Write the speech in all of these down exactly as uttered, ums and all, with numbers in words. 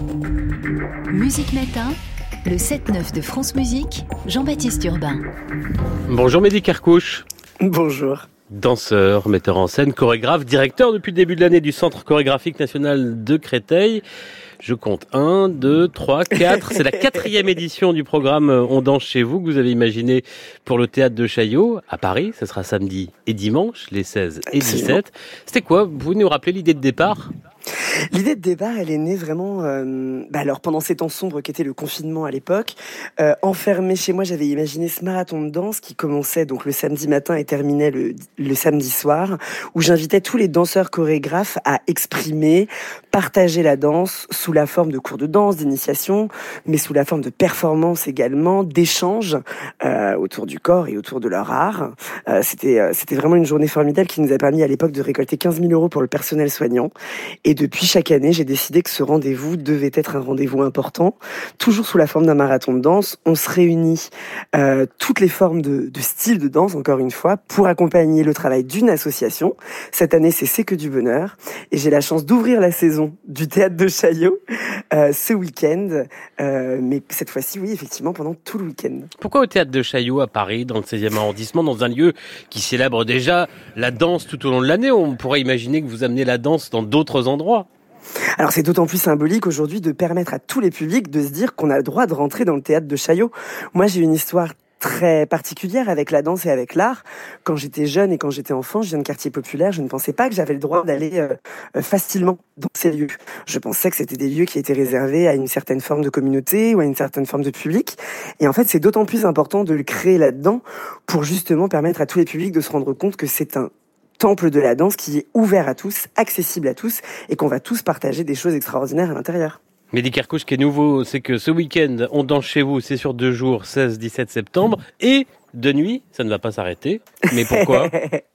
Musique Matin, le sept neuf de France Musique, Jean-Baptiste Urbain. Bonjour Mehdi Kerkouch. Bonjour. Danseur, metteur en scène, chorégraphe, directeur depuis le début de l'année du Centre chorégraphique national de Créteil. Je compte un, deux, trois, quatre. C'est la quatrième édition du programme On danse chez vous que vous avez imaginé pour le théâtre de Chaillot à Paris. Ce sera samedi et dimanche, les seize et dix-sept. C'était quoi? Vous pouvez nous rappeler l'idée de départ? L'idée de départ, elle est née vraiment euh, bah alors pendant ces temps sombres qu'était le confinement à l'époque. Euh, enfermée chez moi, j'avais imaginé ce marathon de danse qui commençait donc le samedi matin et terminait le, le samedi soir, où j'invitais tous les danseurs chorégraphes à exprimer, partager la danse sous la forme de cours de danse, d'initiation, mais sous la forme de performance également, d'échanges euh, autour du corps et autour de leur art. Euh, c'était, euh, c'était vraiment une journée formidable qui nous a permis à l'époque de récolter quinze mille euros pour le personnel soignant. Et depuis chaque année, j'ai décidé que ce rendez-vous devait être un rendez-vous important, toujours sous la forme d'un marathon de danse. On se réunit euh, toutes les formes de, de styles de danse, encore une fois, pour accompagner le travail d'une association. Cette année, c'est C'est que du bonheur. Et j'ai la chance d'ouvrir la saison du théâtre de Chaillot euh, ce week-end. Euh, mais cette fois-ci, oui, effectivement, pendant tout le week-end. Pourquoi au théâtre de Chaillot à Paris, dans le seizième arrondissement, dans un lieu qui célèbre déjà la danse tout au long de l'année? On pourrait imaginer que vous amenez la danse dans d'autres endroits. Alors c'est d'autant plus symbolique aujourd'hui de permettre à tous les publics de se dire qu'on a le droit de rentrer dans le théâtre de Chaillot. Moi, j'ai une histoire très particulière avec la danse et avec l'art. Quand j'étais jeune et quand j'étais enfant, je viens de quartier populaire, je ne pensais pas que j'avais le droit d'aller euh, facilement dans ces lieux. Je pensais que c'était des lieux qui étaient réservés à une certaine forme de communauté ou à une certaine forme de public. Et en fait, c'est d'autant plus important de le créer là-dedans pour justement permettre à tous les publics de se rendre compte que c'est un temple de la danse qui est ouvert à tous, accessible à tous, et qu'on va tous partager des choses extraordinaires à l'intérieur. Mehdi Kerkouch, ce qui est nouveau, c'est que ce week-end, On danse chez vous, c'est sur deux jours, seize dix-sept septembre, et de nuit, ça ne va pas s'arrêter. Mais pourquoi ?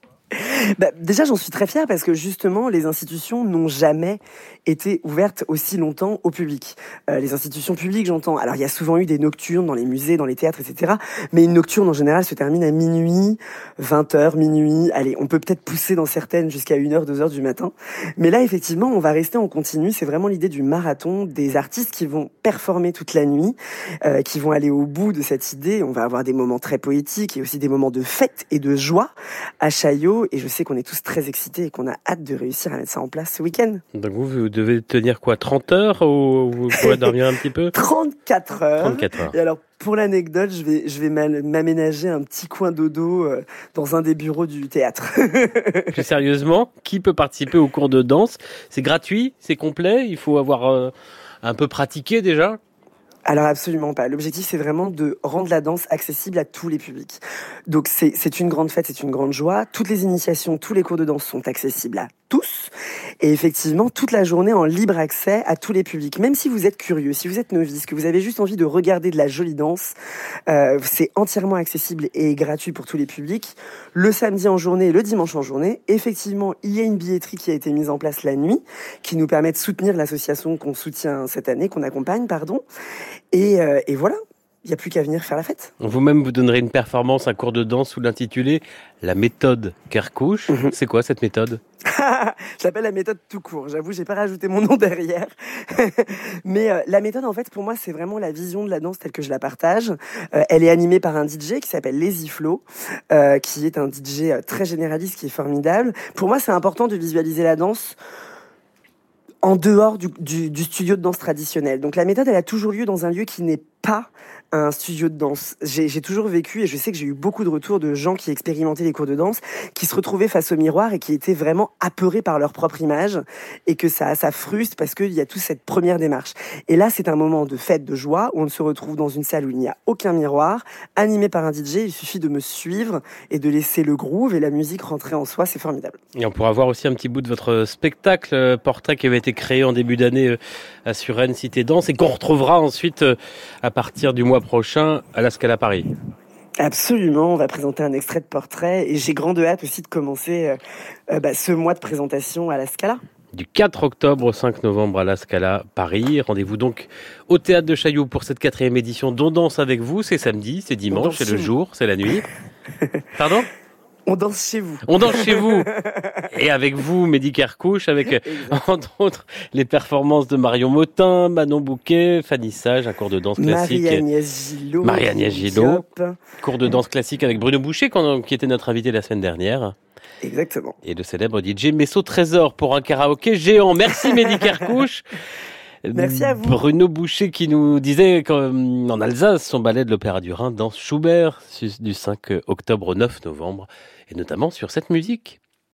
Bah, déjà, j'en suis très fière parce que justement, les institutions n'ont jamais été ouvertes aussi longtemps au public. Euh, les institutions publiques, j'entends. Alors, il y a souvent eu des nocturnes dans les musées, dans les théâtres, et cetera. Mais une nocturne, en général, se termine à minuit, vingt heures, minuit. Allez, on peut peut-être pousser dans certaines jusqu'à une heure, deux heures du matin. Mais là, effectivement, on va rester en continu. C'est vraiment l'idée du marathon, des artistes qui vont performer toute la nuit, euh, qui vont aller au bout de cette idée. On va avoir des moments très poétiques et aussi des moments de fête et de joie à Chaillot. Et je sais qu'on est tous très excités et qu'on a hâte de réussir à mettre ça en place ce week-end. Donc vous, vous devez tenir quoi, trente heures ou vous pourrez dormir un petit peu? trente-quatre heures. trente-quatre heures. Et alors, pour l'anecdote, je vais, je vais m'aménager un petit coin dodo euh, dans un des bureaux du théâtre. Plus sérieusement, qui peut participer au cours de danse? C'est gratuit? C'est complet? Il faut avoir euh, un peu pratiqué déjà? Alors absolument pas. L'objectif, c'est vraiment de rendre la danse accessible à tous les publics. Donc c'est, c'est une grande fête, c'est une grande joie. Toutes les initiations, tous les cours de danse sont accessibles à tous. Et effectivement, toute la journée en libre accès à tous les publics. Même si vous êtes curieux, si vous êtes novice, que vous avez juste envie de regarder de la jolie danse, euh, c'est entièrement accessible et gratuit pour tous les publics. Le samedi en journée et le dimanche en journée, effectivement, il y a une billetterie qui a été mise en place la nuit, qui nous permet de soutenir l'association qu'on soutient cette année, qu'on accompagne, pardon. Et, euh, et voilà, il n'y a plus qu'à venir faire la fête. Vous-même, vous donnerez une performance, un cours de danse sous l'intitulé « La méthode Kerkouch ». Mm-hmm. C'est quoi cette méthode? Je l'appelle la méthode tout court. J'avoue, j'ai pas rajouté mon nom derrière. Mais euh, la méthode, en fait, pour moi, c'est vraiment la vision de la danse telle que je la partage. Euh, elle est animée par un D J qui s'appelle Lazy Flo, euh, qui est un D J très généraliste, qui est formidable. Pour moi, c'est important de visualiser la danse en dehors du, du, du studio de danse traditionnel. Donc la méthode, elle a toujours lieu dans un lieu qui n'est pas un studio de danse. J'ai, j'ai toujours vécu, et je sais que j'ai eu beaucoup de retours de gens qui expérimentaient les cours de danse, qui se retrouvaient face au miroir et qui étaient vraiment apeurés par leur propre image, et que ça, ça frustre parce qu'il y a toute cette première démarche. Et là, c'est un moment de fête, de joie, où on se retrouve dans une salle où il n'y a aucun miroir, animé par un D J. Il suffit de me suivre et de laisser le groove et la musique rentrer en soi. C'est formidable. Et on pourra voir aussi un petit bout de votre spectacle portrait qui avait été créé en début d'année à Suresnes Cité Danse et qu'on retrouvera ensuite à partir du mois prochain à la Scala Paris. Absolument, on va présenter un extrait de portrait et j'ai grande hâte aussi de commencer euh, euh, bah, ce mois de présentation à la Scala. Du quatre octobre au cinq novembre à la Scala Paris. Rendez-vous donc au théâtre de Chaillot pour cette quatrième édition d'On danse avec vous. C'est samedi, c'est dimanche, c'est le jour, c'est la nuit. Pardon ? On danse chez vous. On danse chez vous. Et avec vous, Mehdi Kerkouch, avec, entre autres, les performances de Marion Motin, Manon Bouquet, Fanny Sage, un cours de danse classique. Marie-Agnès Gillot. Marie-Agnès Gillot. Cours de danse classique avec Bruno Boucher, qui était notre invité la semaine dernière. Exactement. Et le célèbre D J Messo Trésor pour un karaoké géant. Merci Mehdi Kerkouch. Merci à vous. Bruno Boucher qui nous disait qu'en Alsace, son ballet de l'Opéra du Rhin danse Schubert du cinq octobre au neuf novembre, et notamment sur cette musique.